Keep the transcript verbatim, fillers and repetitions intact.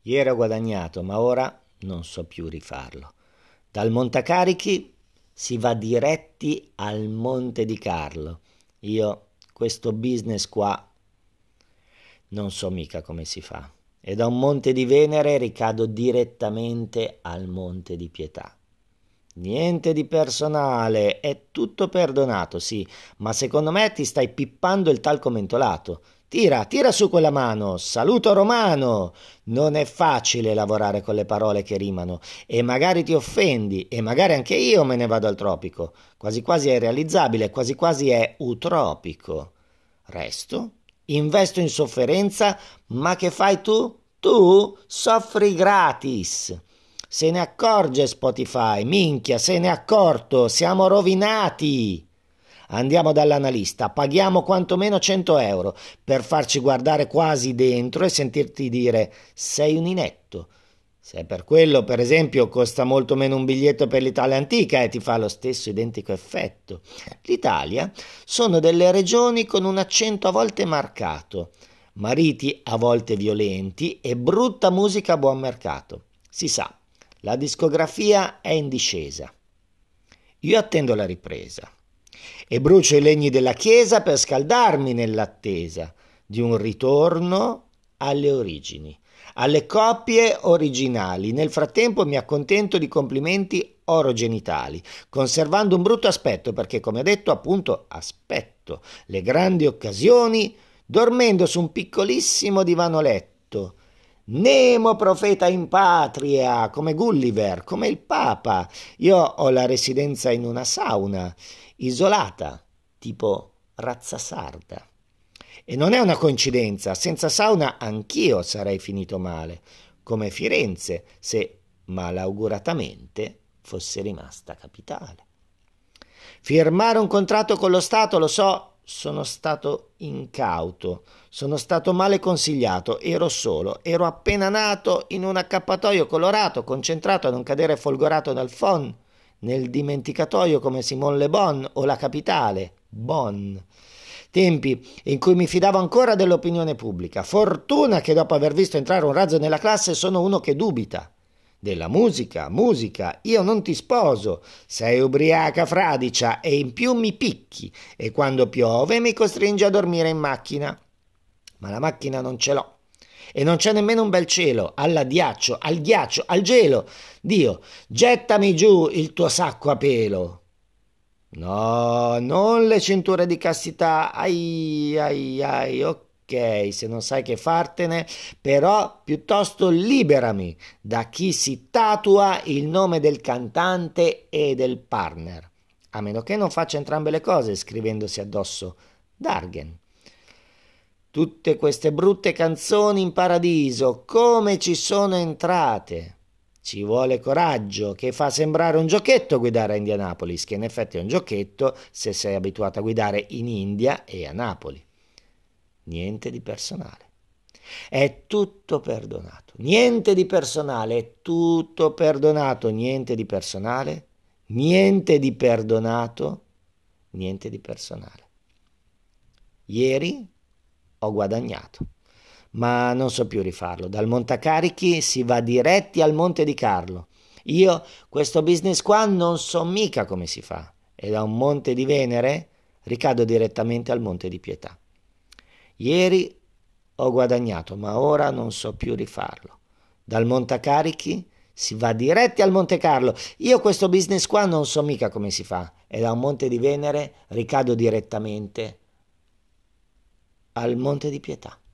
Ieri ho guadagnato, ma ora non so più rifarlo. Dal Montacarichi si va diretti al Monte di Carlo. Io questo business qua non so mica come si fa. E da un Monte di Venere ricado direttamente al Monte di Pietà. Niente di personale, è tutto perdonato, sì, ma secondo me ti stai pippando il talco mentolato. Tira, tira su quella mano, saluto romano. Non è facile lavorare con le parole che rimano e magari ti offendi e magari anche io me ne vado al tropico. Quasi quasi è realizzabile, quasi quasi è utropico. Resto, investo in sofferenza, ma che fai tu? Tu soffri gratis. Se ne accorge Spotify, minchia, se ne è accorto, siamo rovinati. Andiamo dall'analista, paghiamo quantomeno cento euro per farci guardare quasi dentro e sentirti dire sei un inetto. Se è per quello, per esempio, costa molto meno un biglietto per l'Italia antica e ti fa lo stesso identico effetto. L'Italia sono delle regioni con un accento a volte marcato, mariti a volte violenti e brutta musica a buon mercato. Si sa. La discografia è in discesa. Io attendo la ripresa e brucio i legni della chiesa per scaldarmi nell'attesa di un ritorno alle origini, alle coppie originali. Nel frattempo mi accontento di complimenti orogenitali, conservando un brutto aspetto perché, come ho detto, appunto, aspetto le grandi occasioni dormendo su un piccolissimo divano letto. Nemo profeta in patria, come Gulliver, come il Papa. Io ho la residenza in una sauna, isolata, tipo razza sarda. E non è una coincidenza, senza sauna anch'io sarei finito male, come Firenze, se malauguratamente fosse rimasta capitale. Firmare un contratto con lo Stato, lo so, sono stato incauto, sono stato male consigliato, ero solo, ero appena nato in un accappatoio colorato, concentrato a non cadere folgorato dal phon, nel dimenticatoio come Simone Le Bon o La Capitale, Bonn. Tempi in cui mi fidavo ancora dell'opinione pubblica. Fortuna che dopo aver visto entrare un razzo nella classe sono uno che dubita. Della musica, musica, io non ti sposo, sei ubriaca fradicia e in più mi picchi e quando piove mi costringi a dormire in macchina. Ma la macchina non ce l'ho e non c'è nemmeno un bel cielo, all'addiaccio, al ghiaccio, al gelo. Dio, gettami giù il tuo sacco a pelo. No, non le cinture di castità, ai ai ai, ok. Ok, se non sai che fartene, però piuttosto liberami da chi si tatua il nome del cantante e del partner, a meno che non faccia entrambe le cose scrivendosi addosso Dargen. Tutte queste brutte canzoni in paradiso, come ci sono entrate? Ci vuole coraggio, che fa sembrare un giochetto guidare a Indianapolis, che in effetti è un giochetto se sei abituato a guidare in India e a Napoli. Niente di personale. È tutto perdonato. Niente di personale, è tutto perdonato. Niente di personale, niente di perdonato, niente di personale. Ieri ho guadagnato, ma non so più rifarlo. Dal Montacarichi si va diretti al Monte di Carlo. Io questo business qua non so mica come si fa. E da un Monte di Venere ricado direttamente al Monte di Pietà. Ieri ho guadagnato, ma ora non so più rifarlo. Dal Montacarichi si va diretti al Monte Carlo. Io questo business qua non so mica come si fa. E da un Monte di Venere ricado direttamente al Monte di Pietà.